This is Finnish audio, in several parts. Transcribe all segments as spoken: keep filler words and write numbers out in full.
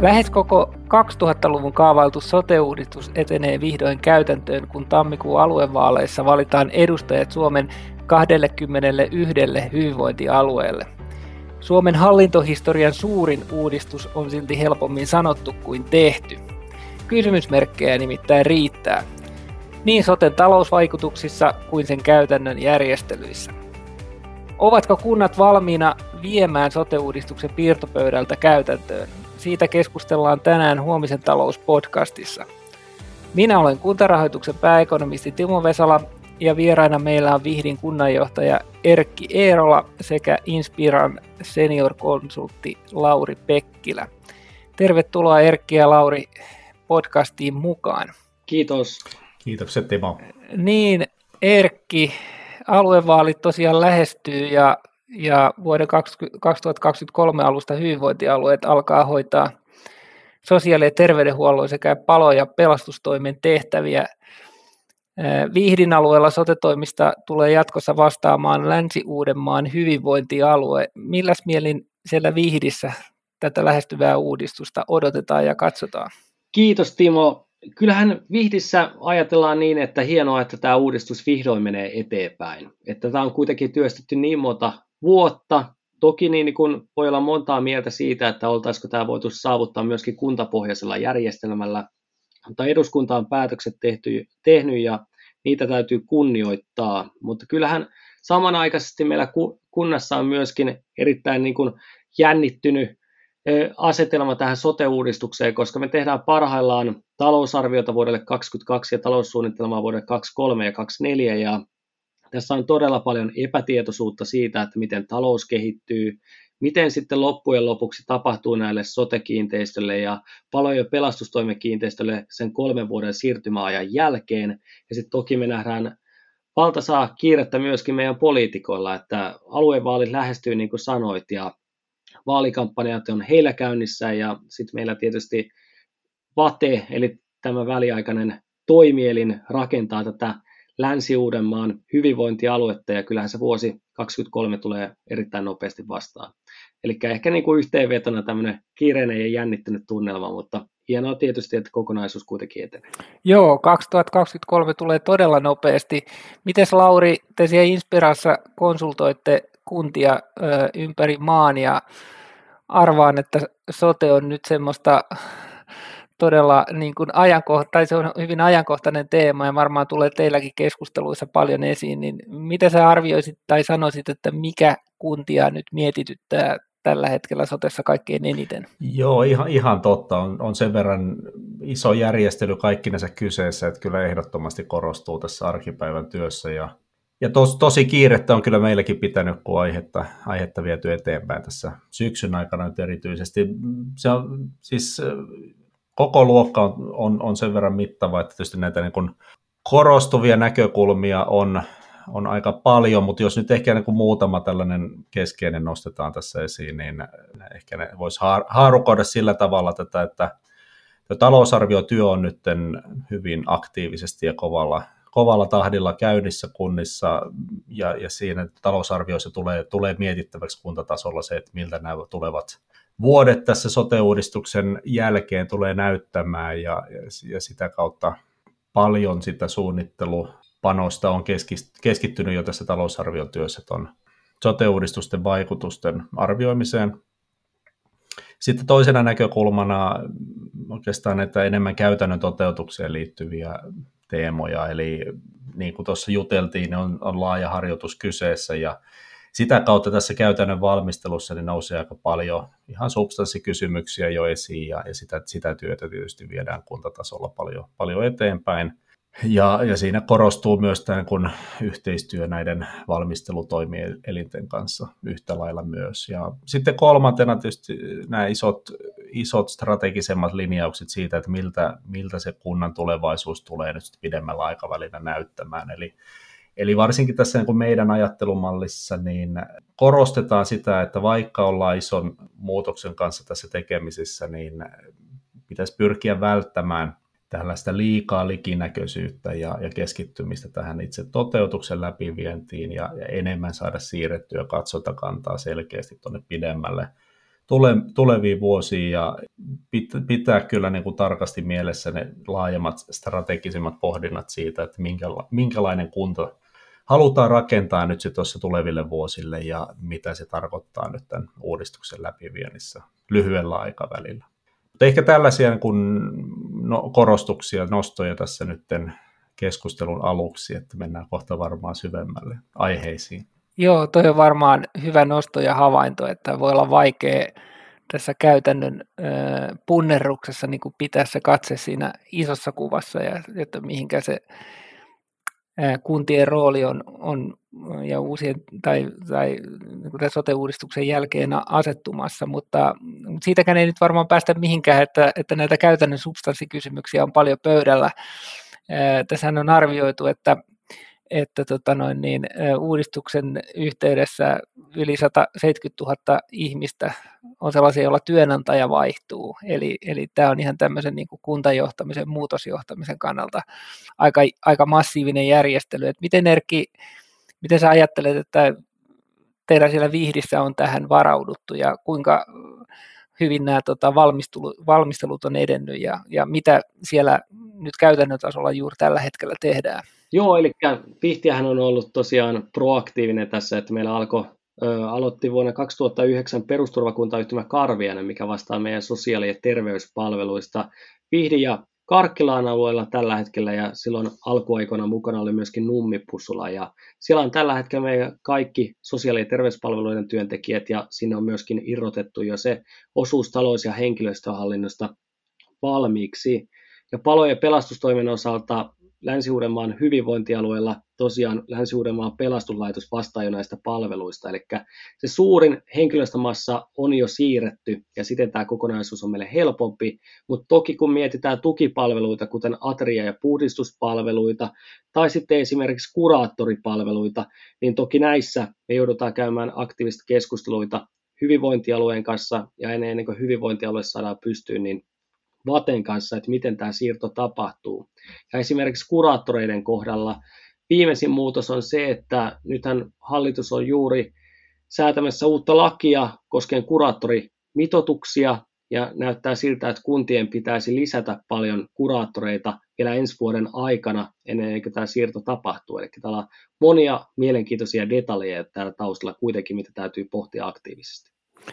Lähes koko kaksituhattaluvun kaavailtu sote-uudistus etenee vihdoin käytäntöön, kun tammikuun aluevaaleissa valitaan edustajat Suomen kaksikymmentäyksi hyvinvointialueelle. Suomen hallintohistorian suurin uudistus on silti helpommin sanottu kuin tehty. Kysymysmerkkejä nimittäin riittää, niin soten talousvaikutuksissa kuin sen käytännön järjestelyissä. Ovatko kunnat valmiina viemään sote-uudistuksen piirtopöydältä käytäntöön? Siitä keskustellaan tänään Huomisen talous-podcastissa. Minä olen Kuntarahoituksen pääekonomisti Timo Vesala ja vieraina meillä on Vihdin kunnanjohtaja Erkki Eerola sekä Inspiran senior-konsultti Lauri Pekkilä. Tervetuloa Erkki ja Lauri podcastiin mukaan. Kiitos. Kiitokset Timo. Niin Erkki, aluevaalit tosiaan lähestyy ja Ja vuoden kaksituhattakaksikymmentäkolme alusta hyvinvointialueet alkaa hoitaa sosiaali- ja terveydenhuollon sekä palo- ja pelastustoimen tehtäviä. Vihdin alueella sote-toimista tulee jatkossa vastaamaan Länsi-Uudenmaan hyvinvointialue. Milläs mielin siellä Vihdissä tätä lähestyvää uudistusta odotetaan ja katsotaan? Kiitos Timo. Kyllähän Vihdissä ajatellaan niin, että hienoa, että tämä uudistus vihdoin menee eteenpäin. Että tämä on kuitenkin työstetty niin monta vuotta. Toki niin kun voi olla montaa mieltä siitä, että oltaisiko tämä voitu saavuttaa myöskin kuntapohjaisella järjestelmällä, mutta eduskunta on päätökset tehty, tehnyt ja niitä täytyy kunnioittaa. Mutta kyllähän samanaikaisesti meillä kunnassa on myöskin erittäin niin kun jännittynyt asetelma tähän sote-uudistukseen, koska me tehdään parhaillaan talousarviota vuodelle kaksikymmentäkaksi ja taloussuunnitelmaa vuodelle kaksikymmentäkolme ja kaksikymmentäneljä, ja tässä on todella paljon epätietoisuutta siitä, että miten talous kehittyy, miten sitten loppujen lopuksi tapahtuu näille sote-kiinteistöille ja palo- ja pelastustoimen kiinteistöille sen kolmen vuoden siirtymäajan jälkeen. Ja sitten toki me nähdään valtaisaa kiirettä myöskin meidän poliitikoilla, että aluevaalit lähestyy niin kuin sanoit, ja vaalikampanjat on heillä käynnissä, ja sitten meillä tietysti VATE, eli tämä väliaikainen toimielin, rakentaa tätä Länsi-Uudenmaan hyvinvointialuetta, ja kyllähän se vuosi kaksikymmentäkolme tulee erittäin nopeasti vastaan. Eli ehkä niin kuin yhteenvetona tämmöinen kiireinen ja jännittynyt tunnelma, mutta hienoa tietysti, että kokonaisuus kuitenkin etenee. Joo, kaksituhattakaksikymmentäkolme tulee todella nopeasti. Mites Lauri, te siellä Inspirassa konsultoitte kuntia ö, ympäri maan, ja arvaan, että sote on nyt semmoista todella niin kuin ajankohta, tai se on hyvin ajankohtainen teema ja varmaan tulee teilläkin keskusteluissa paljon esiin, niin mitä sä arvioisit tai sanoisit, että mikä kuntia nyt mietityttää tällä hetkellä sotessa kaikkein eniten? Joo, ihan, ihan totta. On, on sen verran iso järjestely kaikkinensa kyseessä, että kyllä ehdottomasti korostuu tässä arkipäivän työssä, ja, ja tos, tosi kiirettä on kyllä meilläkin pitänyt, kun aihetta, aihetta viety eteenpäin tässä syksyn aikana nyt erityisesti. Se on siis koko luokka on, on, on sen verran mittava, että tietysti näitä niin kuin korostuvia näkökulmia on, on aika paljon, mutta jos nyt ehkä niin kuin muutama tällainen keskeinen nostetaan tässä esiin, niin ehkä ne voisi haarukoida sillä tavalla tätä, että talousarviotyö on nyt hyvin aktiivisesti ja kovalla, kovalla tahdilla käynnissä kunnissa, ja, ja siinä talousarvioissa tulee, tulee mietittäväksi kuntatasolla se, että miltä nämä tulevat vuodet tässä sote-uudistuksen jälkeen tulee näyttämään, ja, ja sitä kautta paljon sitä suunnittelupanosta on keskittynyt jo tässä talousarviotyössä tuon sote-uudistusten vaikutusten arvioimiseen. Sitten toisena näkökulmana oikeastaan näitä enemmän käytännön toteutukseen liittyviä teemoja, eli niin kuin tuossa juteltiin, on, on laaja harjoitus kyseessä, ja sitä kautta tässä käytännön valmistelussa niin nousee aika paljon ihan substanssikysymyksiä jo esiin, ja, ja sitä, sitä työtä tietysti viedään kuntatasolla paljon, paljon eteenpäin. Ja, ja siinä korostuu myös tämän kun yhteistyö näiden valmistelutoimielinten kanssa yhtä lailla myös. Ja sitten kolmantena tietysti nämä isot, isot strategisemmat linjaukset siitä, että miltä, miltä se kunnan tulevaisuus tulee nyt pidemmällä aikavälillä näyttämään. Eli Eli varsinkin tässä niin kuin meidän ajattelumallissa niin korostetaan sitä, että vaikka ollaan ison muutoksen kanssa tässä tekemisissä, niin pitäisi pyrkiä välttämään tällaista liikaa likinäköisyyttä ja, ja keskittymistä tähän itse toteutuksen läpivientiin, ja, ja enemmän saada siirrettyä katsotakantaa selkeästi tuonne pidemmälle tule, tuleviin vuosiin ja pit, pitää kyllä niin kuin tarkasti mielessä ne laajemmat strategisimmat pohdinnat siitä, että minkäla, minkälainen kunta halutaan rakentaa nyt se tuossa tuleville vuosille ja mitä se tarkoittaa nyt tämän uudistuksen läpiviennissä lyhyellä aikavälillä. Mutta ehkä tällaisia kun no, korostuksia, nostoja tässä nyt keskustelun aluksi, että mennään kohta varmaan syvemmälle aiheisiin. Joo, toi on varmaan hyvä nosto ja havainto, että voi olla vaikea tässä käytännön äh, punnerruksessa niin kuin pitää se katse siinä isossa kuvassa, ja että mihinkä se äh, kuntien rooli on, on ja uusien tai, tai niin sote-uudistuksen jälkeen asettumassa, mutta siitäkään ei nyt varmaan päästä mihinkään, että, että näitä käytännön substanssikysymyksiä on paljon pöydällä. Äh, tässähän on arvioitu, että että tota noin, niin, uudistuksen yhteydessä yli sata seitsemänkymmentätuhatta ihmistä on sellaisia, joilla työnantaja vaihtuu. Eli, eli tämä on ihan tämmöisen niin kuin kuntajohtamisen, muutosjohtamisen kannalta aika, aika massiivinen järjestely. Et miten Erkki, miten sä ajattelet, että teillä siellä Vihdissä on tähän varauduttu ja kuinka hyvin nämä tota, valmistelut, valmistelut on edennyt ja, ja mitä siellä nyt käytännön tasolla juuri tällä hetkellä tehdään? Joo, eli Vihtiähän on ollut tosiaan proaktiivinen tässä, että meillä alkoi, ö, aloitti vuonna kaksituhattayhdeksän perusturvakuntayhtymä Karviainen, mikä vastaa meidän sosiaali- ja terveyspalveluista Vihdin ja Karkkilaan alueella tällä hetkellä, ja silloin alkuaikoina mukana oli myöskin Nummipussula, ja siellä on tällä hetkellä meidän kaikki sosiaali- ja terveyspalveluiden työntekijät, ja sinne on myöskin irrotettu jo se osuus talous- ja henkilöstöhallinnosta valmiiksi, ja palo- ja pelastustoimen osalta Länsi-Uudenmaan hyvinvointialueella tosiaan Länsi-Uudenmaan pelastuslaitos vastaa jo näistä palveluista, eli se suurin henkilöstömassa on jo siirretty ja siten tämä kokonaisuus on meille helpompi, mutta toki kun mietitään tukipalveluita, kuten atria- ja puhdistuspalveluita tai sitten esimerkiksi kuraattoripalveluita, niin toki näissä me joudutaan käymään aktiivista keskusteluita hyvinvointialueen kanssa ja ennen kuin hyvinvointialue saadaan pystyyn, niin Vaten kanssa, että miten tämä siirto tapahtuu. Ja esimerkiksi kuraattoreiden kohdalla viimeisin muutos on se, että nythän hallitus on juuri säätämässä uutta lakia koskien kuraattorimitoituksia, ja näyttää siltä, että kuntien pitäisi lisätä paljon kuraattoreita vielä ensi vuoden aikana, ennen kuin tämä siirto tapahtuu. Eli täällä on monia mielenkiintoisia detaljeja täällä taustalla kuitenkin, mitä täytyy pohtia aktiivisesti.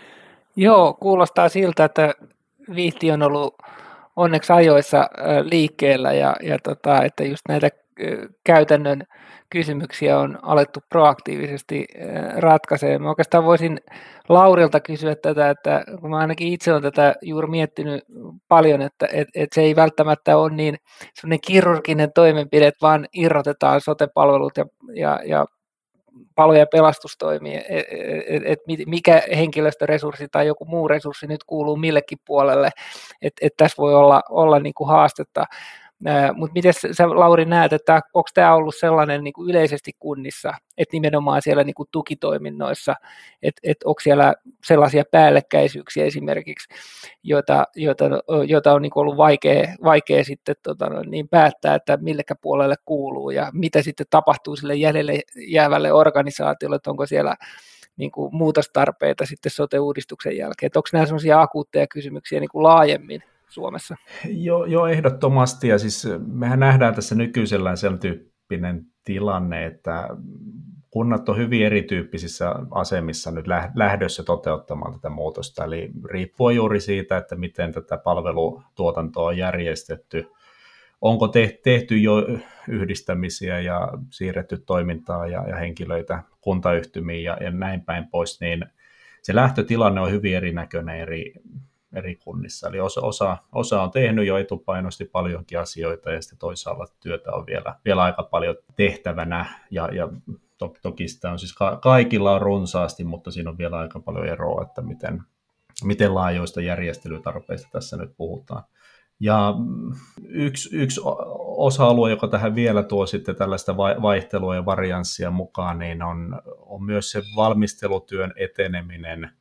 Joo, kuulostaa siltä, että Vihti on ollut onneksi ajoissa liikkeellä ja, ja tota, että just näitä käytännön kysymyksiä on alettu proaktiivisesti ratkaisemaan. Mä oikeastaan voisin Laurilta kysyä tätä, että kun mä ainakin itse olen tätä juuri miettinyt paljon, että et, et se ei välttämättä ole niin semmoinen kirurginen toimenpide, että vaan irrotetaan sote-palvelut ja, ja, ja palo- ja pelastustoimia, että et mikä henkilöstöresurssi tai joku muu resurssi nyt kuuluu millekin puolelle, että et tässä voi olla, olla niin kuin haastetta. Mutta miten sä, Lauri, näet, että onko tämä ollut sellainen niin kuin yleisesti kunnissa, että nimenomaan siellä niin kuin tukitoiminnoissa, että et onko siellä sellaisia päällekkäisyyksiä esimerkiksi, joita, joita, joita on niin kuin ollut vaikea, vaikea sitten tota, niin päättää, että millekä puolelle kuuluu ja mitä sitten tapahtuu sille jäljelle jäävälle organisaatiolle, että onko siellä niin kuin muutostarpeita sitten sote-uudistuksen jälkeen, että onko nämä sellaisia akuutteja kysymyksiä niin kuin laajemmin Suomessa? Joo, jo, ehdottomasti, ja siis mehän nähdään tässä nykyisellään sen tyyppinen tilanne, että kunnat on hyvin erityyppisissä asemissa nyt lähdössä toteuttamaan tätä muutosta, eli riippuen juuri siitä, että miten tätä palvelutuotantoa on järjestetty, onko tehty jo yhdistämisiä ja siirretty toimintaa ja, ja henkilöitä kuntayhtymiin ja, ja näin päin pois, niin se lähtötilanne on hyvin erinäköinen eri eri kunnissa. Eli osa, osa, osa on tehnyt jo etupainoisesti paljonkin asioita ja sitten toisaalla työtä on vielä, vielä aika paljon tehtävänä ja, ja to, toki sitä on siis ka, kaikilla on runsaasti, mutta siinä on vielä aika paljon eroa, että miten, miten laajoista järjestelytarpeista tässä nyt puhutaan. Ja yksi, yksi osa-alue, joka tähän vielä tuo sitten tällaista vaihtelua ja varianssia mukaan, niin on, on myös se valmistelutyön eteneminen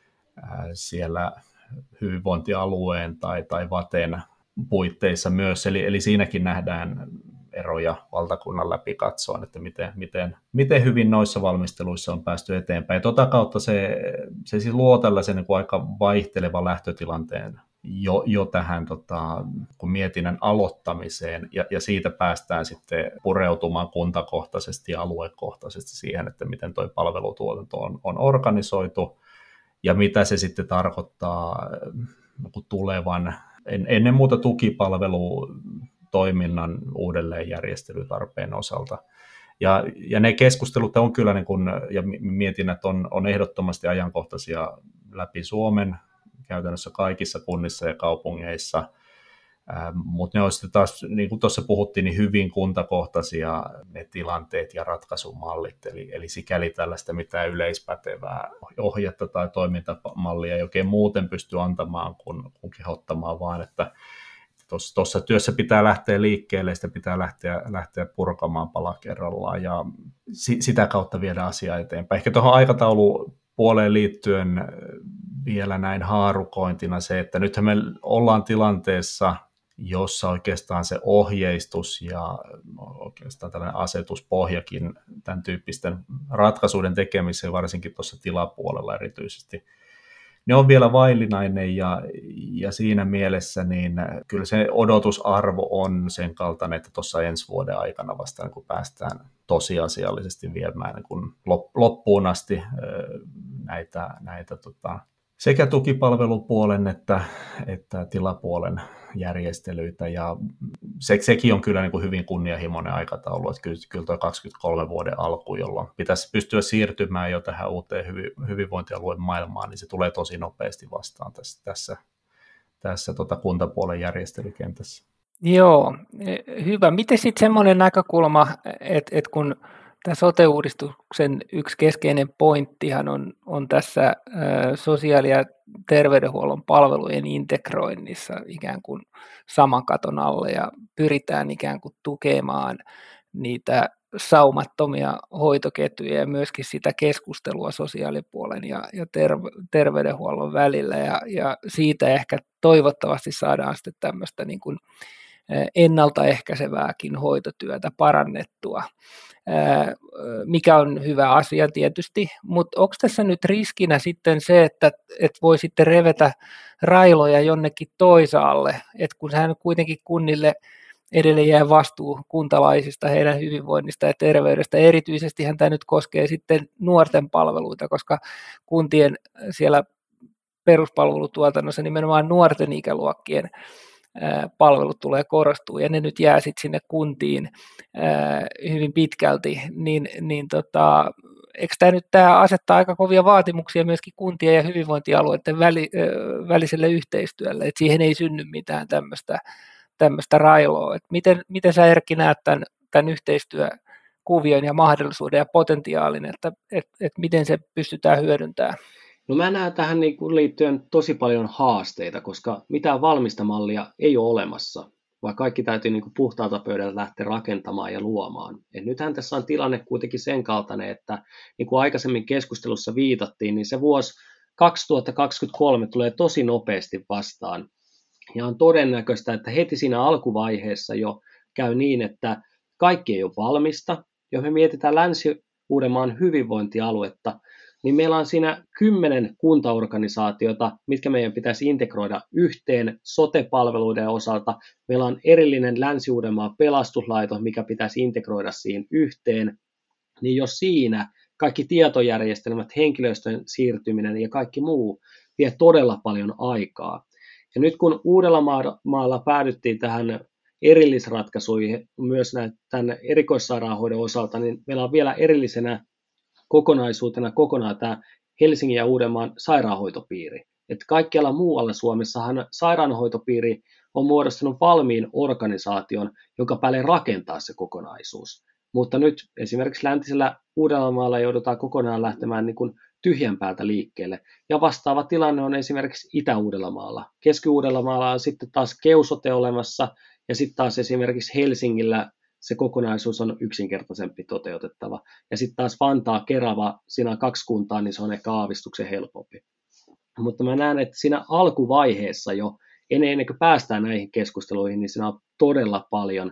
ää, siellä hyvinvointialueen tai, tai Vaten puitteissa myös, eli, eli siinäkin nähdään eroja valtakunnan läpi katsoen, että miten, miten, miten hyvin noissa valmisteluissa on päästy eteenpäin. Ja tota kautta se, se siis luo tällaisen niin kuin aika vaihteleva lähtötilanteen jo, jo tähän tota, kun mietinnän aloittamiseen, ja, ja siitä päästään sitten pureutumaan kuntakohtaisesti ja aluekohtaisesti siihen, että miten tuo palvelutuotanto on, on organisoitu, ja mitä se sitten tarkoittaa tulevan, en, ennen muuta tukipalvelutoiminnan uudelleenjärjestelytarpeen osalta. Ja, ja ne keskustelut on kyllä, niin kun, ja mietinnät on, on ehdottomasti ajankohtaisia läpi Suomen, käytännössä kaikissa kunnissa ja kaupungeissa, ähm, mutta ne on sitten taas, niin kuin tuossa puhuttiin, niin hyvin kuntakohtaisia ne tilanteet ja ratkaisumallit, eli, eli sikäli tällaista mitään yleispätevää ohjetta tai toimintamallia ei oikein muuten pysty antamaan kuin, kuin kehottamaan, vaan että tuossa työssä pitää lähteä liikkeelle, sitä pitää lähteä, lähteä purkamaan pala kerrallaan ja si, sitä kautta viedä asiaa eteenpäin. Ehkä tuohon aikataulupuoleen liittyen vielä näin haarukointina se, että nythän me ollaan tilanteessa, jossa oikeastaan se ohjeistus ja oikeastaan tällainen asetuspohjakin tämän tyyppisten ratkaisuiden tekemiseen, varsinkin tuossa tilapuolella erityisesti, ne on vielä vaillinainen ja, ja siinä mielessä niin kyllä se odotusarvo on sen kaltainen, että tuossa ensi vuoden aikana vasta kun päästään tosiasiallisesti viemään niin kun loppuun asti näitä, näitä tota, sekä tukipalvelupuolen että, että tilapuolen järjestelyitä, ja se, sekin on kyllä niin kuin hyvin kunnianhimoinen aikataulu, että kyllä, kyllä tuo kaksikymmentäkolme vuoden alku, jolloin pitäisi pystyä siirtymään jo tähän uuteen hyvin, hyvinvointialueen maailmaan, niin se tulee tosi nopeasti vastaan tässä, tässä, tässä tota kuntapuolen järjestelykentässä. Joo, hyvä. Miten sitten semmoinen näkökulma, että, että kun tämä sote-uudistuksen yksi keskeinen pointtihan on, on tässä ä, sosiaali- ja terveydenhuollon palvelujen integroinnissa ikään kuin saman katon alle ja pyritään ikään kuin tukemaan niitä saumattomia hoitoketjuja ja myöskin sitä keskustelua sosiaalipuolen ja, ja terve, terveydenhuollon välillä ja, ja siitä ehkä toivottavasti saadaan sitten tämmöistä niin kuin ennaltaehkäisevääkin hoitotyötä parannettua, mikä on hyvä asia tietysti, mutta onko tässä nyt riskinä sitten se, että, että voi sitten revetä railoja jonnekin toisaalle, että kun sehän kuitenkin kunnille edelleen jää vastuu kuntalaisista, heidän hyvinvoinnista ja terveydestä, erityisesti tämä nyt koskee sitten nuorten palveluita, koska kuntien siellä peruspalvelutuotannossa nimenomaan nuorten ikäluokkien palvelut tulee korostua ja ne nyt jää sitten sinne kuntiin ää, hyvin pitkälti, niin, niin tota, eikö tämä nyt tää asettaa aika kovia vaatimuksia myöskin kuntien ja hyvinvointialueiden väli, ää, väliselle yhteistyölle, että siihen ei synny mitään tämmöistä tämmöistä railoa. Et miten, miten sä Erkki näet tämän, tämän yhteistyökuvion ja mahdollisuuden ja potentiaalin, että et, et miten se pystytään hyödyntämään? No mä näen tähän niin kuin liittyen tosi paljon haasteita, koska mitään valmista mallia ei ole olemassa, vaan kaikki täytyy niin kuin puhtaalta pöydältä lähteä rakentamaan ja luomaan. Et nythän tässä on tilanne kuitenkin sen kaltainen, että niin kuin aikaisemmin keskustelussa viitattiin, niin se vuosi kaksituhattakaksikymmentäkolme tulee tosi nopeasti vastaan. Ja on todennäköistä, että heti siinä alkuvaiheessa jo käy niin, että kaikki ei ole valmista. Jos me mietitään Länsi-Uudenmaan hyvinvointialuetta, niin meillä on siinä kymmenen kuntaorganisaatiota, mitkä meidän pitäisi integroida yhteen sote-palveluiden osalta. Meillä on erillinen Länsi-Uudenmaan pelastuslaitos, mikä pitäisi integroida siihen yhteen. Niin jos siinä kaikki tietojärjestelmät, henkilöstön siirtyminen ja kaikki muu vie todella paljon aikaa. Ja nyt kun Uudellamaalla päädyttiin tähän erillisratkaisuihin myös tämän erikoissairaanhoidon osalta, niin meillä on vielä erillisenä kokonaisuutena kokonaan tämä Helsingin ja Uudenmaan sairaanhoitopiiri. Että kaikkialla muualla Suomessahan sairaanhoitopiiri on muodostanut valmiin organisaation, jonka päälle rakentaa se kokonaisuus. Mutta nyt esimerkiksi läntisellä Uudellamaalla joudutaan kokonaan lähtemään niin kuin tyhjän päältä liikkeelle. Ja vastaava tilanne on esimerkiksi Itä-Uudellamaalla. Keski-Uudellamaalla on sitten taas Keusote olemassa, ja sitten taas esimerkiksi Helsingillä se kokonaisuus on yksinkertaisempi toteutettava. Ja sitten taas Vantaa, Kerava, siinä on kaksi kuntaa, niin se on ehkä aavistuksen helpompi. Mutta mä näen, että siinä alkuvaiheessa jo, ennen kuin päästään näihin keskusteluihin, niin siinä on todella paljon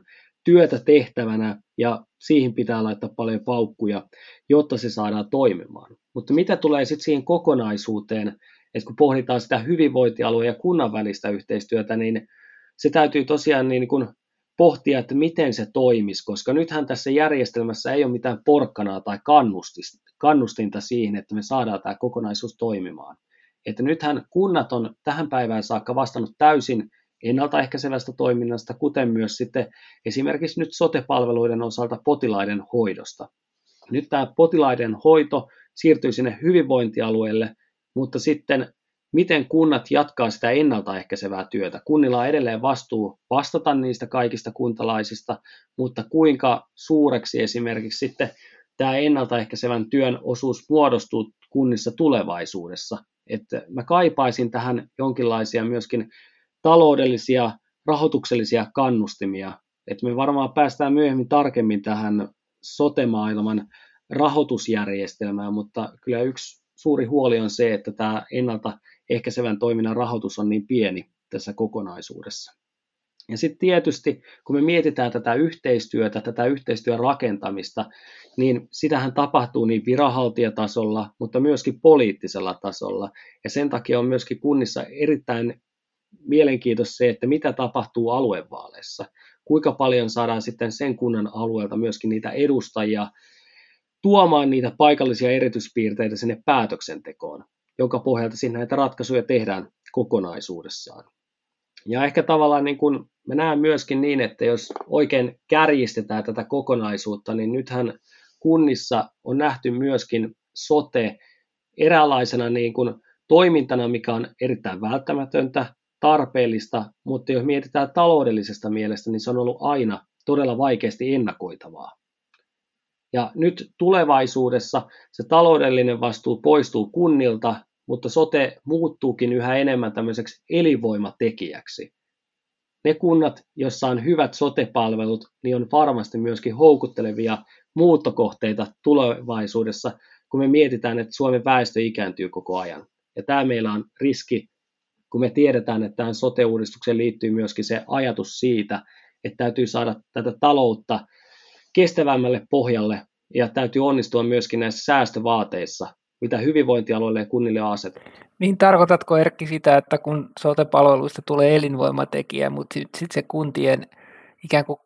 työtä tehtävänä ja siihen pitää laittaa paljon paukkuja, jotta se saadaan toimimaan. Mutta mitä tulee sitten siihen kokonaisuuteen, että kun pohditaan sitä hyvinvointialueen ja kunnan välistä yhteistyötä, niin se täytyy tosiaan niin kuin pohtia, että miten se toimisi, koska nythän tässä järjestelmässä ei ole mitään porkkanaa tai kannustinta siihen, että me saadaan tämä kokonaisuus toimimaan. Että nythän kunnat on tähän päivään saakka vastannut täysin ennaltaehkäisevästä toiminnasta, kuten myös sitten esimerkiksi nyt sote-palveluiden osalta potilaiden hoidosta. Nyt tämä potilaiden hoito siirtyy sinne hyvinvointialueelle, mutta sitten miten kunnat jatkaa sitä ennaltaehkäisevää työtä. Kunnilla on edelleen vastuu vastata niistä kaikista kuntalaisista, mutta kuinka suureksi esimerkiksi sitten tämä ennaltaehkäisevän työn osuus muodostuu kunnissa tulevaisuudessa. Että mä kaipaisin tähän jonkinlaisia myöskin taloudellisia, rahoituksellisia kannustimia. Että me varmaan päästään myöhemmin tarkemmin tähän sote-maailman rahoitusjärjestelmään, mutta kyllä yksi suuri huoli on se, että tämä ennaltaehkäisevän toiminnan rahoitus on niin pieni tässä kokonaisuudessa. Ja sitten tietysti, kun me mietitään tätä yhteistyötä, tätä yhteistyön rakentamista, niin sitähän tapahtuu niin viranhaltijatasolla, mutta myöskin poliittisella tasolla. Ja sen takia on myöskin kunnissa erittäin mielenkiintoista se, että mitä tapahtuu aluevaaleissa. Kuinka paljon saadaan sitten sen kunnan alueelta myöskin niitä edustajia tuomaan niitä paikallisia erityispiirteitä sinne päätöksentekoon, jonka pohjalta siinä näitä ratkaisuja tehdään kokonaisuudessaan. Ja ehkä tavallaan niin kuin mä näen myöskin niin, että jos oikein kärjistetään tätä kokonaisuutta, niin nythän kunnissa on nähty myöskin sote eräänlaisena niin kuin toimintana, mikä on erittäin välttämätöntä, tarpeellista, mutta jos mietitään taloudellisesta mielestä, niin se on ollut aina todella vaikeasti ennakoitavaa. Ja nyt tulevaisuudessa se taloudellinen vastuu poistuu kunnilta, mutta sote muuttuukin yhä enemmän tämmöiseksi elinvoimatekijäksi. Ne kunnat, joissa on hyvät sote-palvelut, niin on varmasti myöskin houkuttelevia muuttokohteita tulevaisuudessa, kun me mietitään, että Suomen väestö ikääntyy koko ajan. Ja tämä meillä on riski, kun me tiedetään, että tähän sote-uudistukseen liittyy myöskin se ajatus siitä, että täytyy saada tätä taloutta kestävämmälle pohjalle ja täytyy onnistua myöskin näissä säästövaateissa, mitä hyvinvointialueille ja kunnille on asetettu. Niin tarkoitatko, Erkki, sitä, että kun sote-palveluista tulee elinvoimatekijä, mutta sitten sit se kuntien ikään kuin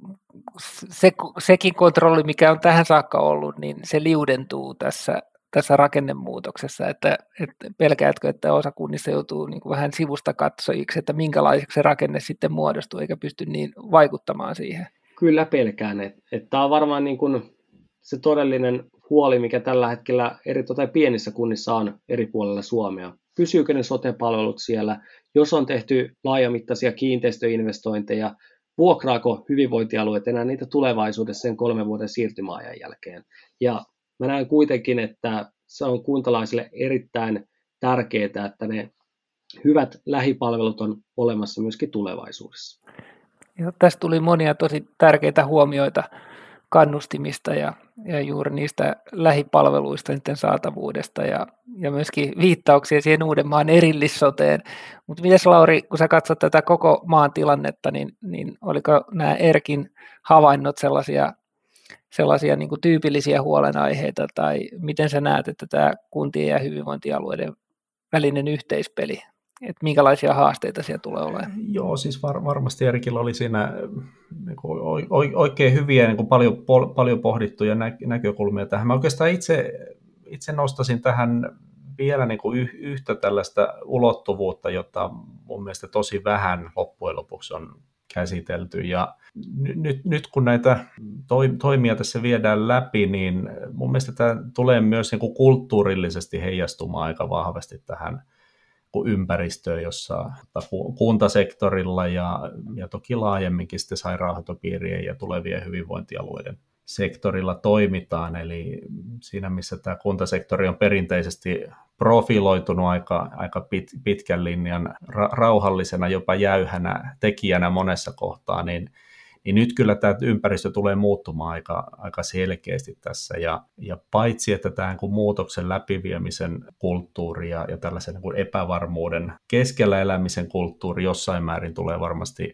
se, sekin kontrolli, mikä on tähän saakka ollut, niin se liudentuu tässä, tässä rakennemuutoksessa, että, että pelkäätkö, että osa kunnista joutuu niin kuin vähän sivusta katsojiksi, että minkälaiseksi se rakenne sitten muodostuu, eikä pysty niin vaikuttamaan siihen? Kyllä pelkään, että, että tämä on varmaan niin kuin se todellinen huoli, mikä tällä hetkellä eri tai pienissä kunnissa on eri puolilla Suomea. Pysyykö ne sote-palvelut siellä? Jos on tehty laajamittaisia kiinteistöinvestointeja, vuokraako hyvinvointialueet enää niitä tulevaisuudessa sen kolmen vuoden siirtymäajan jälkeen? Ja mä näen kuitenkin, että se on kuntalaisille erittäin tärkeää, että ne hyvät lähipalvelut on olemassa myöskin tulevaisuudessa. Ja tästä tuli monia tosi tärkeitä huomioita kannustimista ja, ja juuri niistä lähipalveluista, niiden saatavuudesta ja, ja myöskin viittauksia siihen Uudenmaan erillissoteen. Mutta mites Lauri, kun sä katsot tätä koko maan tilannetta, niin, niin oliko nämä Erkin havainnot sellaisia, sellaisia niin kuin tyypillisiä huolenaiheita, tai miten sä näet, että tämä kuntien ja hyvinvointialueiden välinen yhteispeli, että minkälaisia haasteita siellä tulee olemaan? Joo, siis var, varmasti Erkillä oli siinä niin kuin, oikein hyviä, niin kuin paljon, pol, paljon pohdittuja nä, näkökulmia tähän. Mä oikeastaan itse, itse nostasin tähän vielä niin kuin yh, yhtä tällaista ulottuvuutta, jota mun mielestä tosi vähän loppujen lopuksi on käsitelty. Ja nyt, nyt kun näitä toimia tässä viedään läpi, niin mun mielestä tämä tulee myös niin kuin kulttuurillisesti heijastumaan aika vahvasti tähän ympäristöön, jossa kuntasektorilla ja, ja toki laajemminkin sitten sairaanhoitopiirien ja tulevien hyvinvointialueiden sektorilla toimitaan. Eli siinä, missä tämä kuntasektori on perinteisesti profiloitunut aika, aika pit, pitkän linjan ra, rauhallisena, jopa jäyhänä tekijänä monessa kohtaa, niin niin nyt kyllä tämä ympäristö tulee muuttumaan aika, aika selkeästi tässä, ja, ja paitsi että tämä niin muutoksen läpiviemisen kulttuuri ja, ja tällaisen niin epävarmuuden keskellä elämisen kulttuuri jossain määrin tulee varmasti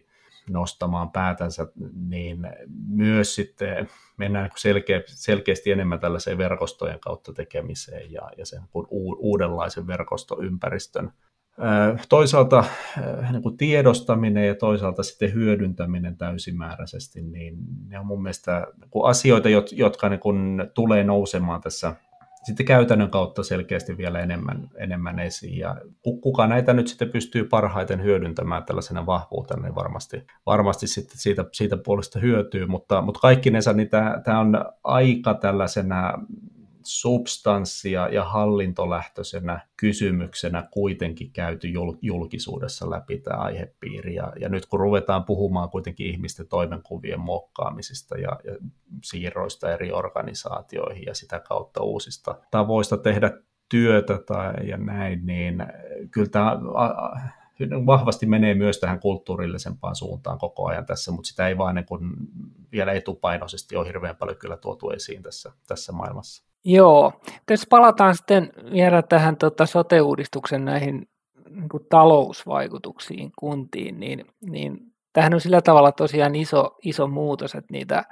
nostamaan päätänsä, niin myös sitten mennään selkeä, selkeästi enemmän tällaiseen verkostojen kautta tekemiseen ja, ja sen uudenlaisen verkostoympäristön. Toisaalta niin kuin tiedostaminen ja toisaalta sitten hyödyntäminen täysimääräisesti, niin ne on mun mielestä asioita, jotka niin kuin tulee nousemaan tässä sitten käytännön kautta selkeästi vielä enemmän, enemmän esiin. Ja kuka näitä nyt sitten pystyy parhaiten hyödyntämään tällaisena vahvuutena, niin varmasti, varmasti sitten siitä, siitä puolesta hyötyy, mutta, mutta kaikkinensa niin tämä, tämä on aika tällaisena substanssia ja hallintolähtöisenä kysymyksenä kuitenkin käyty julkisuudessa läpi tämä aihepiiri. Ja, ja nyt kun ruvetaan puhumaan kuitenkin ihmisten toimenkuvien muokkaamisista ja, ja siirroista eri organisaatioihin ja sitä kautta uusista tavoista tehdä työtä tai, ja näin, niin kyllä tämä vahvasti menee myös tähän kulttuurillisempaan suuntaan koko ajan tässä, mutta sitä ei vaan niin kuin vielä etupainoisesti ole hirveän paljon kyllä tuotu esiin tässä, tässä maailmassa. Joo, jos palataan sitten vielä tähän tota, sote-uudistuksen näihin niin kuin talousvaikutuksiin kuntiin, niin, niin tämähän on sillä tavalla tosiaan iso, iso muutos, että niitä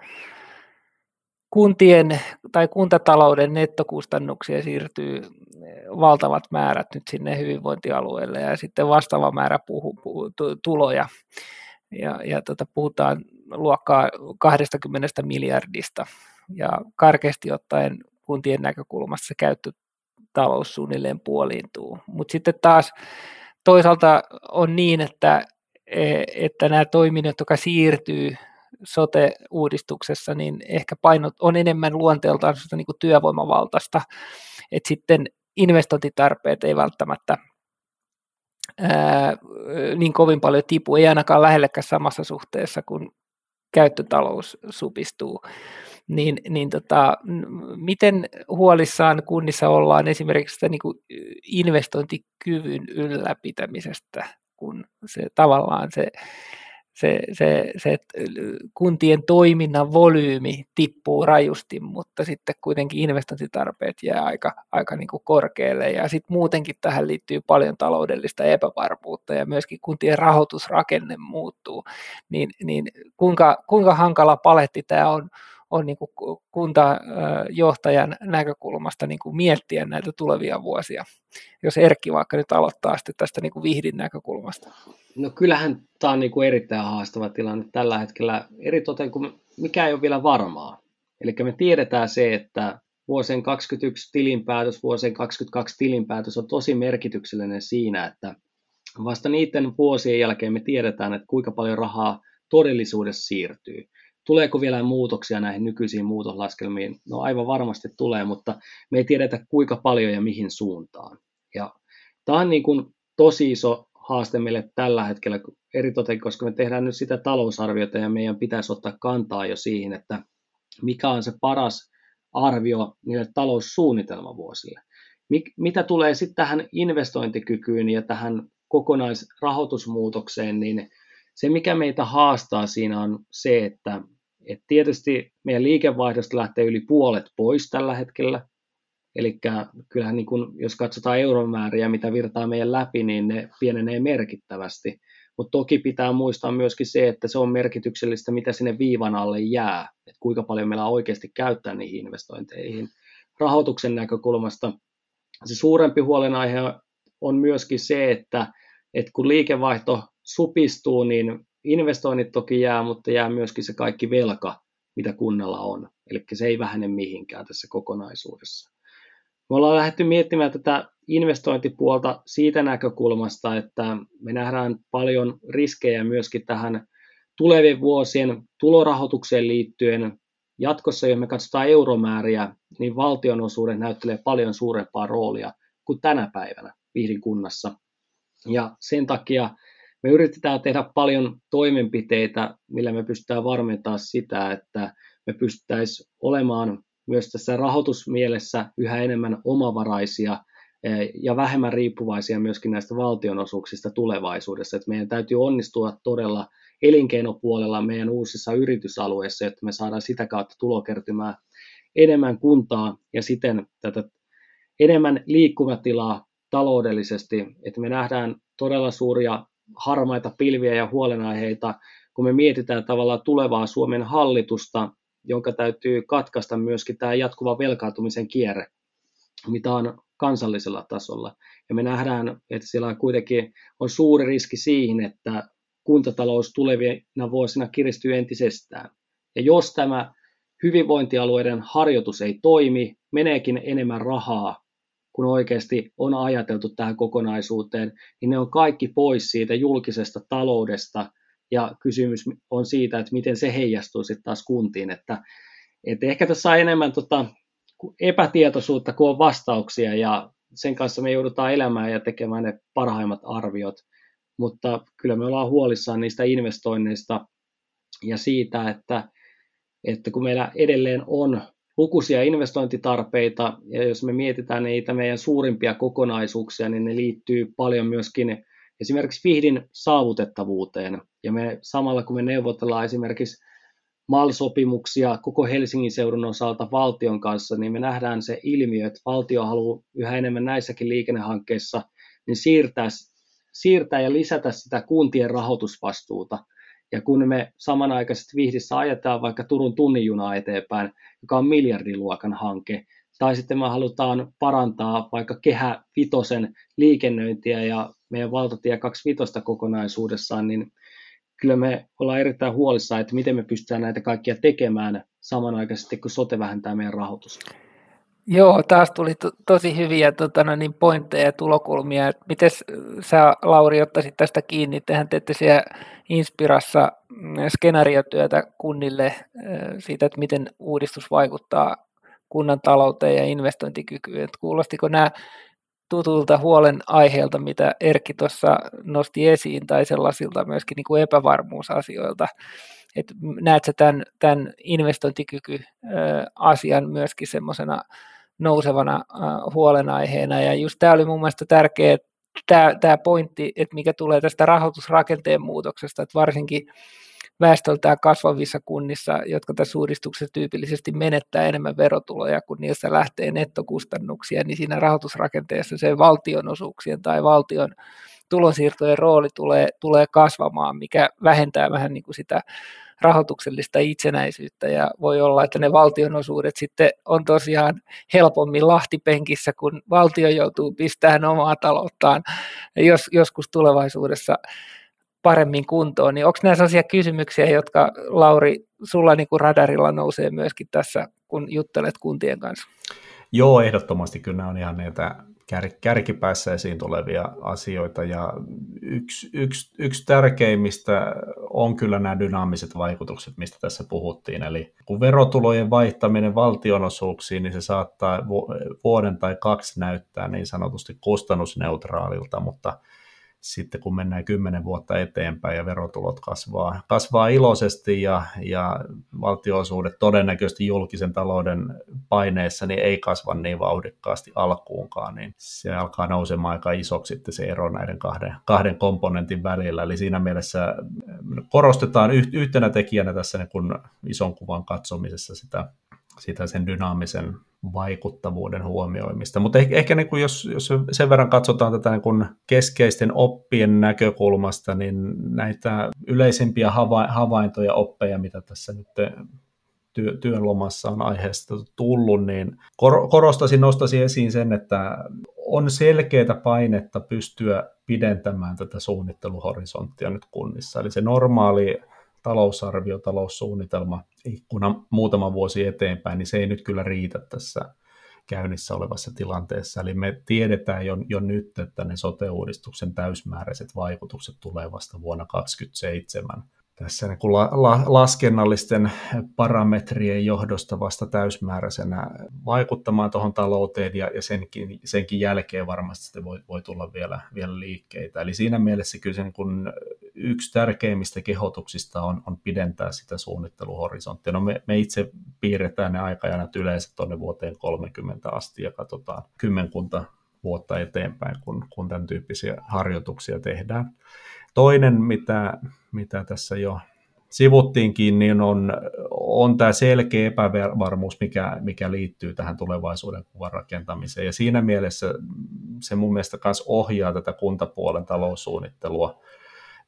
kuntien tai kuntatalouden nettokustannuksia siirtyy valtavat määrät nyt sinne hyvinvointialueelle ja sitten vastaava määrä puhu, puhu, tuloja ja, ja tota, puhutaan luokkaa kaksikymmentä miljardista ja karkeasti ottaen kuntien näkökulmasta se käyttötalous suunnilleen puoliintuu. Mutta sitten taas toisaalta on niin, että, että nämä toiminnot, jotka siirtyy sote-uudistuksessa, niin ehkä painot on enemmän luonteeltaan niin kuin työvoimavaltaista, että sitten investointitarpeet ei välttämättä ää, niin kovin paljon tipu, ei ainakaan lähellekään samassa suhteessa, kun käyttötalous supistuu. Niin, niin tota, miten huolissaan kunnissa ollaan esimerkiksi sitä niin kuin investointikyvyn ylläpitämisestä, kun se tavallaan se, se, se, se kuntien toiminnan volyymi tippuu rajusti, mutta sitten kuitenkin investointitarpeet jää aika, aika niin kuin korkealle ja sitten muutenkin tähän liittyy paljon taloudellista epävarmuutta ja myöskin kuntien rahoitusrakenne muuttuu, niin, niin kuinka, kuinka hankala paletti tämä on on niin kuin kuntajohtajan näkökulmasta niin kuin miettiä näitä tulevia vuosia, jos Erkki vaikka nyt aloittaa sitten tästä niin kuin Vihdin näkökulmasta. No kyllähän tämä on niin kuin erittäin haastava tilanne tällä hetkellä, eritoten kun mikä ei ole vielä varmaa. Eli me tiedetään se, että vuosien kaksikymmentäyksi tilinpäätös, vuosien kaksikymmentäkaksi tilinpäätös on tosi merkityksellinen siinä, että vasta niiden vuosien jälkeen me tiedetään, että kuinka paljon rahaa todellisuudessa siirtyy. Tuleeko vielä muutoksia näihin nykyisiin muutoslaskelmiin? No aivan varmasti tulee, mutta me ei tiedetä kuinka paljon ja mihin suuntaan. Ja tämä on niin kuin tosi iso haaste meille tällä hetkellä, eritoten koska me tehdään nyt sitä talousarviota ja meidän pitäisi ottaa kantaa jo siihen, että mikä on se paras arvio niille taloussuunnitelmavuosille. Mik, mitä tulee sitten tähän investointikykyyn ja tähän kokonaisrahoitusmuutokseen, niin se, mikä meitä haastaa siinä on se, että, että tietysti meidän liikevaihdosta lähtee yli puolet pois tällä hetkellä. Eli kyllähän niin kun, jos katsotaan euromääriä, mitä virtaa meidän läpi, niin ne pienenee merkittävästi. Mutta toki pitää muistaa myöskin se, että se on merkityksellistä, mitä sinne viivan alle jää. Että kuinka paljon meillä on oikeasti käyttää niihin investointeihin. Rahoituksen näkökulmasta se suurempi huolenaihe on myöskin se, että, että kun liikevaihto supistuu, niin investoinnit toki jää, mutta jää myöskin se kaikki velka, mitä kunnalla on. Eli se ei vähene mihinkään tässä kokonaisuudessa. Me ollaan lähdetty miettimään tätä investointipuolta siitä näkökulmasta, että me nähdään paljon riskejä myöskin tähän tulevien vuosien tulorahoitukseen liittyen. Jatkossa, jos me katsotaan euromääriä, niin valtionosuudet näyttelee paljon suurempaa roolia kuin tänä päivänä Vihdin kunnassa. Ja sen takia me yritetään tehdä paljon toimenpiteitä, millä me pystytään varmentamaan sitä, että me pystyttäisiin olemaan myös tässä rahoitusmielessä yhä enemmän omavaraisia ja vähemmän riippuvaisia myöskin näistä valtionosuuksista tulevaisuudessa. Että meidän täytyy onnistua todella elinkeinopuolella meidän uusissa yritysalueissa, jotta me saadaan sitä kautta tulokertymää enemmän kuntaa ja siten tätä enemmän liikkumatilaa taloudellisesti, että me nähdään todella suuria harmaita pilviä ja huolenaiheita, kun me mietitään tavallaan tulevaa Suomen hallitusta, jonka täytyy katkaista myöskin tämä jatkuva velkaantumisen kierre, mitä on kansallisella tasolla. Ja me nähdään, että siellä kuitenkin on suuri riski siihen, että kuntatalous tulevina vuosina kiristyy entisestään. Ja jos tämä hyvinvointialueiden harjoitus ei toimi, meneekin enemmän rahaa, kun oikeasti on ajateltu tähän kokonaisuuteen, niin ne on kaikki pois siitä julkisesta taloudesta, ja kysymys on siitä, että miten se heijastuu sitten taas kuntiin, että, että ehkä tässä on enemmän tota epätietoisuutta kuin on vastauksia, ja sen kanssa me joudutaan elämään ja tekemään ne parhaimmat arviot, mutta kyllä me ollaan huolissaan niistä investoinneista ja siitä, että, että kun meillä edelleen on lukuisia investointitarpeita, ja jos me mietitään niitä meidän suurimpia kokonaisuuksia, niin ne liittyy paljon myöskin esimerkiksi Vihdin saavutettavuuteen, ja me samalla kun me neuvotellaan esimerkiksi M A L-sopimuksia koko Helsingin seudun osalta valtion kanssa, niin me nähdään se ilmiö, että valtio haluaa yhä enemmän näissäkin liikennehankkeissa niin siirtää, siirtää ja lisätä sitä kuntien rahoitusvastuuta. Ja kun me samanaikaisesti Vihdissä ajetaan vaikka Turun tunnin junaa eteenpäin, joka on miljardiluokan hanke, tai sitten me halutaan parantaa vaikka Kehä Vitosen liikennöintiä ja meidän valtatie kaksikymmentäviisi kokonaisuudessaan, niin kyllä me ollaan erittäin huolissaan, että miten me pystytään näitä kaikkia tekemään samanaikaisesti, kun sote vähentää meidän rahoitusta. Joo, taas tuli to, tosi hyviä tota, no niin, pointteja ja tulokulmia. Miten sä, Lauri, ottaisit tästä kiinni? Tehän teette siellä Inspirassa skenaariotyötä kunnille siitä, että miten uudistus vaikuttaa kunnan talouteen ja investointikykyyn. Et kuulostiko nämä tutulta huolenaiheelta, mitä Erkki tuossa nosti esiin, tai sellaisilta myöskin niin kuin epävarmuusasioilta? Et näet sä tämän, tämän investointikyky-asian myöskin semmoisena nousevana huolenaiheena, ja just tämä oli mun mielestä tärkeä, tämä, tämä pointti, että mikä tulee tästä rahoitusrakenteen muutoksesta, että varsinkin väestöltään kasvavissa kunnissa, jotka tässä uudistuksessa tyypillisesti menettää enemmän verotuloja, kun niistä lähtee nettokustannuksia, niin siinä rahoitusrakenteessa se valtionosuuksien tai valtion tulonsiirtojen rooli tulee, tulee kasvamaan, mikä vähentää vähän niin kuin sitä rahoituksellista itsenäisyyttä, ja voi olla, että ne valtionosuudet sitten on tosiaan helpommin lahtipenkissä, kun valtio joutuu pistämään omaa talouttaan jos, joskus tulevaisuudessa paremmin kuntoon. Niin onko nämä sellaisia kysymyksiä, jotka, Lauri, sulla niin kuin radarilla nousee myöskin tässä, kun juttelet kuntien kanssa? Joo, ehdottomasti kyllä nämä on ihan näitä kär, kärkipäässä esiin tulevia asioita, ja yksi, yksi, yksi tärkeimmistä on kyllä nämä dynaamiset vaikutukset, mistä tässä puhuttiin, eli kun verotulojen vaihtaminen valtionosuuksiin, niin se saattaa vuoden tai kaksi näyttää niin sanotusti kustannusneutraalilta, mutta sitten kun mennään kymmenen vuotta eteenpäin ja verotulot kasvaa, kasvaa iloisesti ja, ja valtionosuudet todennäköisesti julkisen talouden paineessa niin ei kasva niin vauhdikkaasti alkuunkaan, niin se alkaa nousemaan aika isoksi sitten se ero näiden kahden, kahden komponentin välillä. Eli siinä mielessä korostetaan yhtenä tekijänä tässä niin kun ison kuvan katsomisessa sitä, sitä sen dynaamisen vaikuttavuuden huomioimista. Mutta ehkä, ehkä niin kuin jos, jos sen verran katsotaan tätä niin kuin keskeisten oppien näkökulmasta, niin näitä yleisimpiä havaintoja, oppeja, mitä tässä nyt työ, työn lomassa on aiheesta tullut, niin korostaisin, nostaisin esiin sen, että on selkeää painetta pystyä pidentämään tätä suunnitteluhorisonttia nyt kunnissa. Eli se normaali talousarvio, taloussuunnitelma ikkuna muutama vuosi eteenpäin, niin se ei nyt kyllä riitä tässä käynnissä olevassa tilanteessa. Eli me tiedetään jo, jo nyt, että ne sote-uudistuksen täysmääräiset vaikutukset tulee vasta vuonna kaksituhattakaksikymmentäseitsemän. Tässä niin kuin la, la, laskennallisten parametrien johdosta vasta täysmääräisenä vaikuttamaan tuohon talouteen, ja, ja senkin, senkin jälkeen varmasti sitten voi, voi tulla vielä, vielä liikkeitä. Eli siinä mielessä kyllä se niin kuin yksi tärkeimmistä kehotuksista on, on pidentää sitä suunnitteluhorisonttia. No me, me itse piirretään ne aikajanat yleensä tuonne vuoteen kolmekymmentä asti ja katsotaan kymmenkunta vuotta eteenpäin, kun, kun tämän tyyppisiä harjoituksia tehdään. Toinen, mitä, mitä tässä jo sivuttiinkin, niin on, on tämä selkeä epävarmuus, mikä, mikä liittyy tähän tulevaisuuden kuvan rakentamiseen. Ja siinä mielessä se mun mielestä myös ohjaa tätä kuntapuolen taloussuunnittelua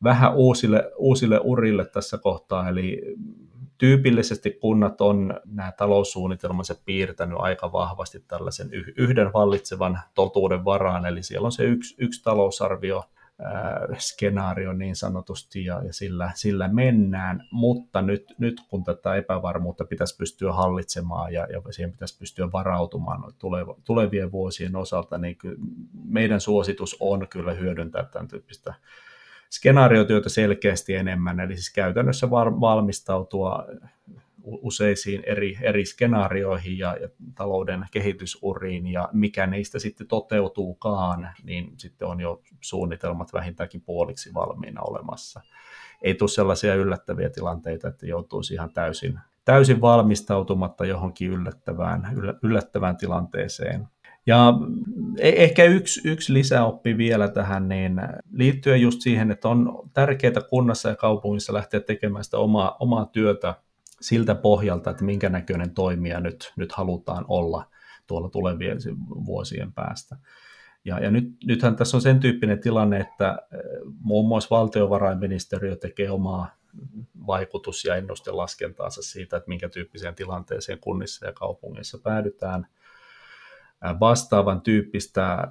vähän uusille, uusille urille tässä kohtaa, eli tyypillisesti kunnat on nämä taloussuunnitelmansa piirtänyt aika vahvasti tällaisen yhden vallitsevan totuuden varaan, eli siellä on se yksi, yksi talousarvio, ää, skenaario niin sanotusti, ja, ja sillä, sillä mennään, mutta nyt, nyt kun tätä epävarmuutta pitäisi pystyä hallitsemaan ja, ja siihen pitäisi pystyä varautumaan tulevien vuosien osalta, niin meidän suositus on kyllä hyödyntää tämän tyyppistä skenaariotyötä selkeästi enemmän, eli siis käytännössä valmistautua useisiin eri, eri skenaarioihin ja, ja talouden kehitysuriin, ja mikä niistä sitten toteutuukaan, niin sitten on jo suunnitelmat vähintäänkin puoliksi valmiina olemassa. Ei tule sellaisia yllättäviä tilanteita, että joutuisi ihan täysin, täysin valmistautumatta johonkin yllättävään, yllättävään tilanteeseen. Ja ehkä yksi, yksi lisäoppi vielä tähän, niin liittyen just siihen, että on tärkeää kunnassa ja kaupungissa lähteä tekemään sitä omaa, omaa työtä siltä pohjalta, että minkä näköinen toimija nyt, nyt halutaan olla tuolla tulevien vuosien päästä. Ja, ja nyt, nythän tässä on sen tyyppinen tilanne, että muun muassa valtiovarainministeriö tekee omaa vaikutus- ja ennustelaskentaansa siitä, että minkä tyyppiseen tilanteeseen kunnissa ja kaupungeissa päädytään. Vastaavan tyyppistä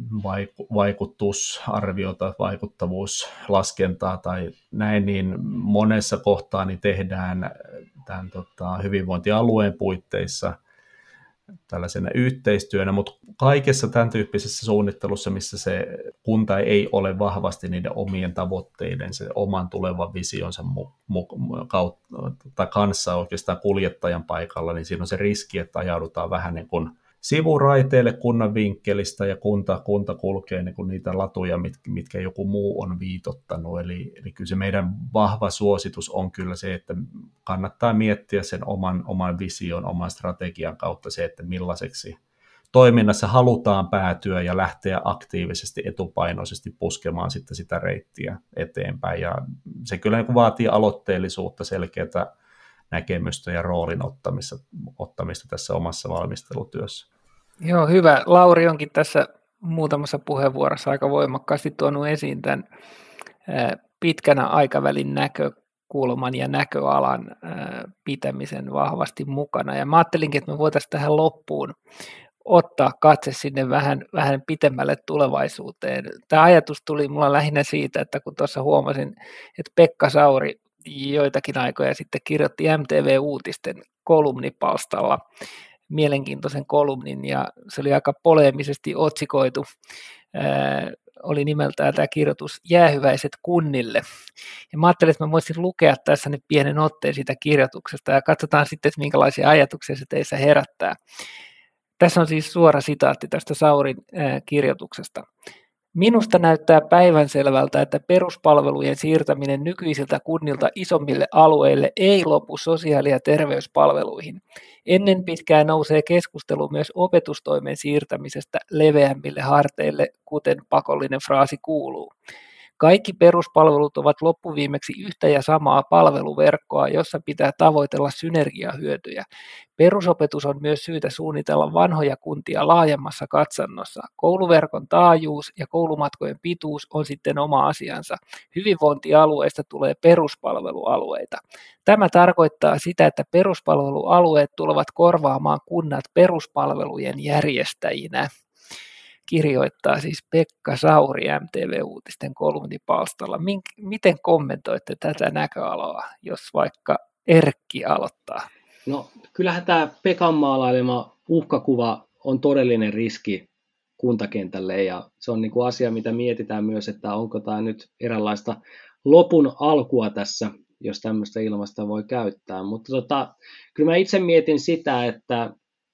vaikutusarviota, vaikuttavuuslaskentaa tai näin, niin monessa kohtaa niin tehdään tämän tota, hyvinvointialueen puitteissa tällaisena yhteistyönä, mutta kaikessa tämän tyyppisessä suunnittelussa, missä se kunta ei ole vahvasti niiden omien tavoitteiden, se oman tulevan visionsa mu- mu- kautta, kanssa oikeastaan kuljettajan paikalla, niin siinä on se riski, että ajaudutaan vähän niin kuin sivuraiteille kunnan vinkkelistä ja kunta, kunta kulkee niin kuin niitä latuja, mit, mitkä joku muu on viitottanut. Eli, eli kyllä se meidän vahva suositus on kyllä se, että kannattaa miettiä sen oman, oman vision, oman strategian kautta se, että millaiseksi toiminnassa halutaan päätyä ja lähteä aktiivisesti etupainoisesti puskemaan sitten sitä reittiä eteenpäin. Ja se kyllä niin kuin vaatii aloitteellisuutta, selkeää näkemystä ja roolin ottamista, ottamista tässä omassa valmistelutyössä. Joo, hyvä. Lauri onkin tässä muutamassa puheenvuorossa aika voimakkaasti tuonut esiin tämän pitkänä aikavälin näkökulman ja näköalan pitämisen vahvasti mukana. Ja mä ajattelinkin, että me voitaisiin tähän loppuun ottaa katse sinne vähän, vähän pitemmälle tulevaisuuteen. Tämä ajatus tuli mulla lähinnä siitä, että kun tuossa huomasin, että Pekka Sauri joitakin aikoja sitten kirjoitti M T V-uutisten kolumnipalstalla mielenkiintoisen kolumnin, ja se oli aika poleemisesti otsikoitu. Ää, oli nimeltään tämä kirjoitus Jäähyväiset kunnille. Ja mä ajattelin, että mä voisin lukea tässä nyt pienen otteen siitä kirjoituksesta, ja katsotaan sitten, että minkälaisia ajatuksia se teissä herättää. Tässä on siis suora sitaatti tästä Saurin ää, kirjoituksesta. Minusta näyttää päivänselvältä, että peruspalvelujen siirtäminen nykyisiltä kunnilta isommille alueille ei lopu sosiaali- ja terveyspalveluihin. Ennen pitkään nousee keskustelu myös opetustoimen siirtämisestä leveämmille harteille, kuten pakollinen fraasi kuuluu. Kaikki peruspalvelut ovat loppuviimeksi yhtä ja samaa palveluverkkoa, jossa pitää tavoitella synergiahyötyjä. Perusopetus on myös syytä suunnitella vanhoja kuntia laajemmassa katsannossa. Kouluverkon taajuus ja koulumatkojen pituus on sitten oma asiansa. Hyvinvointialueista tulee peruspalvelualueita. Tämä tarkoittaa sitä, että peruspalvelualueet tulevat korvaamaan kunnat peruspalvelujen järjestäjinä. Kirjoittaa siis Pekka Sauri M T V-uutisten kolumnipalstalla. Miten kommentoitte tätä näköalaa, jos vaikka Erkki aloittaa? No kyllähän tämä Pekan maalailema uhkakuva on todellinen riski kuntakentälle, ja se on niin kuin asia, mitä mietitään myös, että onko tämä nyt eräänlaista lopun alkua tässä, jos tämmöistä ilmasta voi käyttää. Mutta tota, kyllä mä itse mietin sitä, että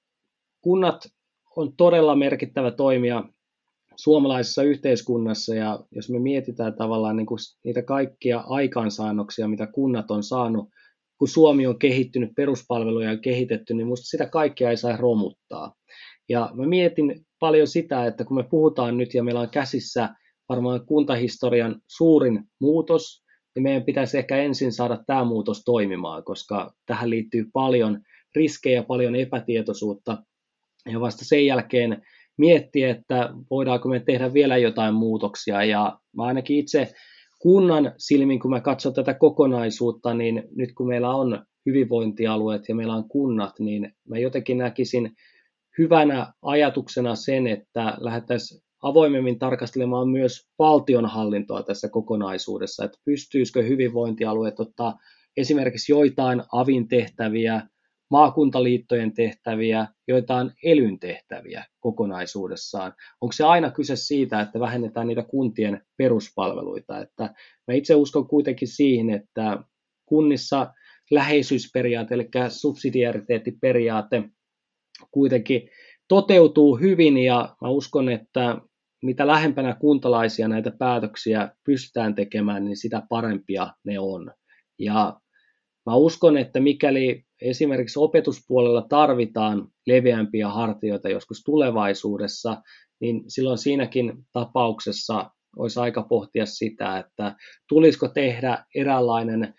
kunnat on todella merkittävä toimija suomalaisessa yhteiskunnassa, ja jos me mietitään tavallaan niin kuin niitä kaikkia aikaansaannoksia, mitä kunnat on saanut, kun Suomi on kehittynyt, peruspalveluja on kehitetty, niin minusta sitä kaikkea ei saa romuttaa. Ja mä mietin paljon sitä, että kun me puhutaan nyt ja meillä on käsissä varmaan kuntahistorian suurin muutos, niin meidän pitäisi ehkä ensin saada tämä muutos toimimaan, koska tähän liittyy paljon riskejä, paljon epätietoisuutta, ja vasta sen jälkeen miettiä, että voidaanko me tehdä vielä jotain muutoksia. Ja mä ainakin itse kunnan silmin, kun mä katson tätä kokonaisuutta, niin nyt kun meillä on hyvinvointialueet ja meillä on kunnat, niin mä jotenkin näkisin hyvänä ajatuksena sen, että lähdettäisiin avoimemmin tarkastelemaan myös valtionhallintoa tässä kokonaisuudessa, että pystyisikö hyvinvointialueet ottaa esimerkiksi joitain avin tehtäviä, maakuntaliittojen tehtäviä, joitain elyn tehtäviä kokonaisuudessaan. Onko se aina kyse siitä, että vähennetään niitä kuntien peruspalveluita? Että mä itse uskon kuitenkin siihen, että kunnissa läheisyysperiaate, eli subsidiariteettiperiaate kuitenkin toteutuu hyvin, ja mä uskon, että mitä lähempänä kuntalaisia näitä päätöksiä pystytään tekemään, niin sitä parempia ne on. Ja mä uskon, että mikäli esimerkiksi opetuspuolella tarvitaan leveämpiä hartioita joskus tulevaisuudessa, niin silloin siinäkin tapauksessa olisi aika pohtia sitä, että tulisiko tehdä eräänlainen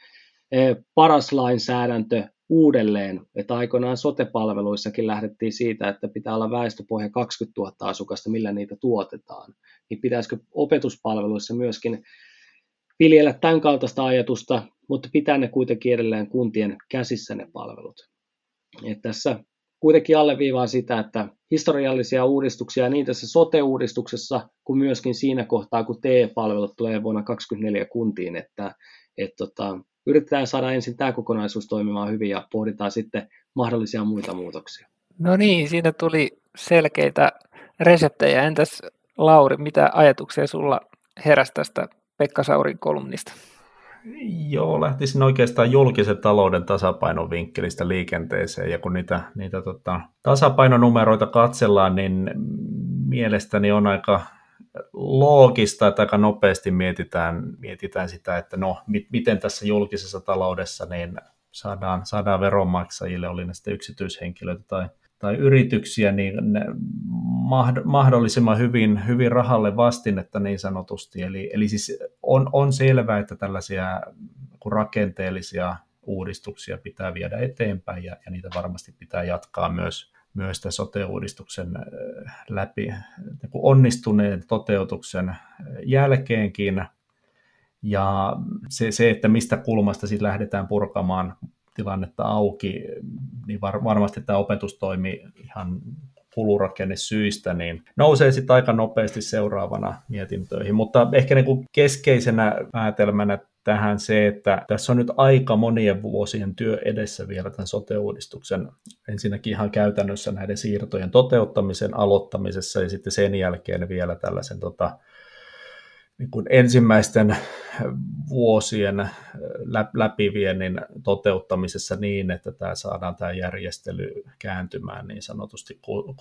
paras lainsäädäntö uudelleen, että aikoinaan sote-palveluissakin lähdettiin siitä, että pitää olla väestöpohja kaksikymmentätuhatta asukasta, millä niitä tuotetaan. Niin pitäisikö opetuspalveluissa myöskin viljellä tämän kaltaista ajatusta, mutta pitää ne kuitenkin edelleen kuntien käsissä ne palvelut. Et tässä kuitenkin alleviivaa sitä, että historiallisia uudistuksia niin tässä sote-uudistuksessa kuin myöskin siinä kohtaa, kun T E-palvelut tulee vuonna kaksikymmentäneljä kuntiin, että et tota, yritetään saada ensin tämä kokonaisuus toimimaan hyvin ja pohditaan sitten mahdollisia muita muutoksia. No niin, siinä tuli selkeitä reseptejä. Entäs Lauri, mitä ajatuksia sulla heräsi tästä Pekka Saurin kolumnista? Joo, lähtisin oikeastaan julkisen talouden tasapainon vinkkelistä liikenteeseen, ja kun niitä, niitä tota, tasapainonumeroita katsellaan, niin mielestäni on aika loogista, että aika nopeasti mietitään, mietitään sitä, että no, mit, miten tässä julkisessa taloudessa niin saadaan, saadaan veronmaksajille, oli ne sitten yksityishenkilöitä tai, tai yrityksiä, niin mahdollisimman hyvin, hyvin rahalle vastinetta niin sanotusti. Eli, eli siis on, on selvää, että tällaisia rakenteellisia uudistuksia pitää viedä eteenpäin, ja, ja niitä varmasti pitää jatkaa myös, myös tämän sote-uudistuksen läpi onnistuneen toteutuksen jälkeenkin. Ja se, se että mistä kulmasta sitten lähdetään purkamaan tilannetta auki, niin var, varmasti tämä opetustoimi ihan kulurakennesyistä niin nousee sitten aika nopeasti seuraavana mietintöihin. Mutta ehkä niin kuin keskeisenä päätelmänä tähän se, että tässä on nyt aika monien vuosien työ edessä vielä tämän sote-uudistuksen ensinnäkin ihan käytännössä näiden siirtojen toteuttamisen aloittamisessa ja sitten sen jälkeen vielä tällaisen tota, niin kuin ensimmäisten vuosien läpiviennin toteuttamisessa niin, että tämä saadaan tämä järjestely kääntymään niin sanotusti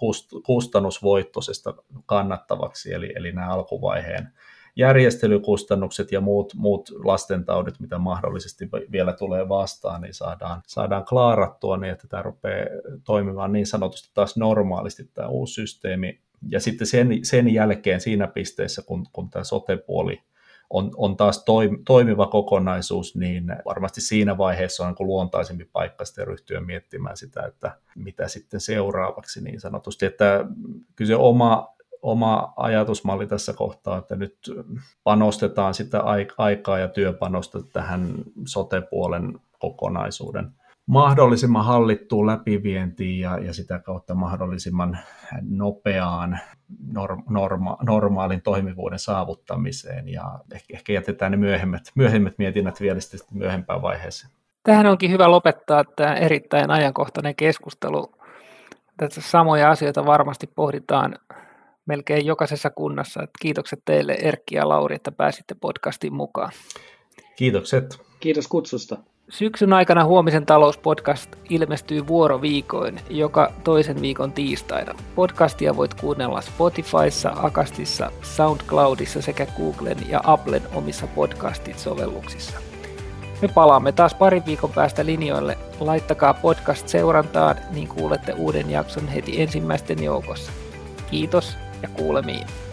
kustannusvoittoisesta kannattavaksi, eli, eli nämä alkuvaiheen järjestelykustannukset ja muut, muut lastentaudit, mitä mahdollisesti vielä tulee vastaan, niin saadaan, saadaan klaarattua niin, että tämä rupeaa toimimaan niin sanotusti taas normaalisti tämä uusi systeemi. Ja sitten sen, sen jälkeen siinä pisteessä, kun, kun tämä sote-puoli on, on taas toimiva kokonaisuus, niin varmasti siinä vaiheessa on niin luontaisempi paikka sitten ryhtyä miettimään sitä, että mitä sitten seuraavaksi niin sanotusti. Että kyllä se oma, oma ajatusmalli tässä kohtaa, että nyt panostetaan sitä aikaa ja työpanosta tähän sote-puolen kokonaisuuden mahdollisimman hallittuun läpivientiin ja, ja sitä kautta mahdollisimman nopeaan norma, norma, normaalin toimivuuden saavuttamiseen, ja ehkä, ehkä jätetään ne myöhemmät, myöhemmät mietinnät vielä sitten myöhempään vaiheeseen. Tähän onkin hyvä lopettaa tämä erittäin ajankohtainen keskustelu. Tässä samoja asioita varmasti pohditaan melkein jokaisessa kunnassa. Kiitokset teille Erkki ja Lauri, että pääsitte podcastiin mukaan. Kiitokset. Kiitos kutsusta. Syksyn aikana Huomisen talouspodcast ilmestyy vuoroviikoin joka toisen viikon tiistaina. Podcastia voit kuunnella Spotifyssa, Acastissa, SoundCloudissa sekä Googlen ja Applen omissa podcastit-sovelluksissa. Me palaamme taas parin viikon päästä linjoille. Laittakaa podcast seurantaan, niin kuulette uuden jakson heti ensimmäisten joukossa. Kiitos ja kuulemiin.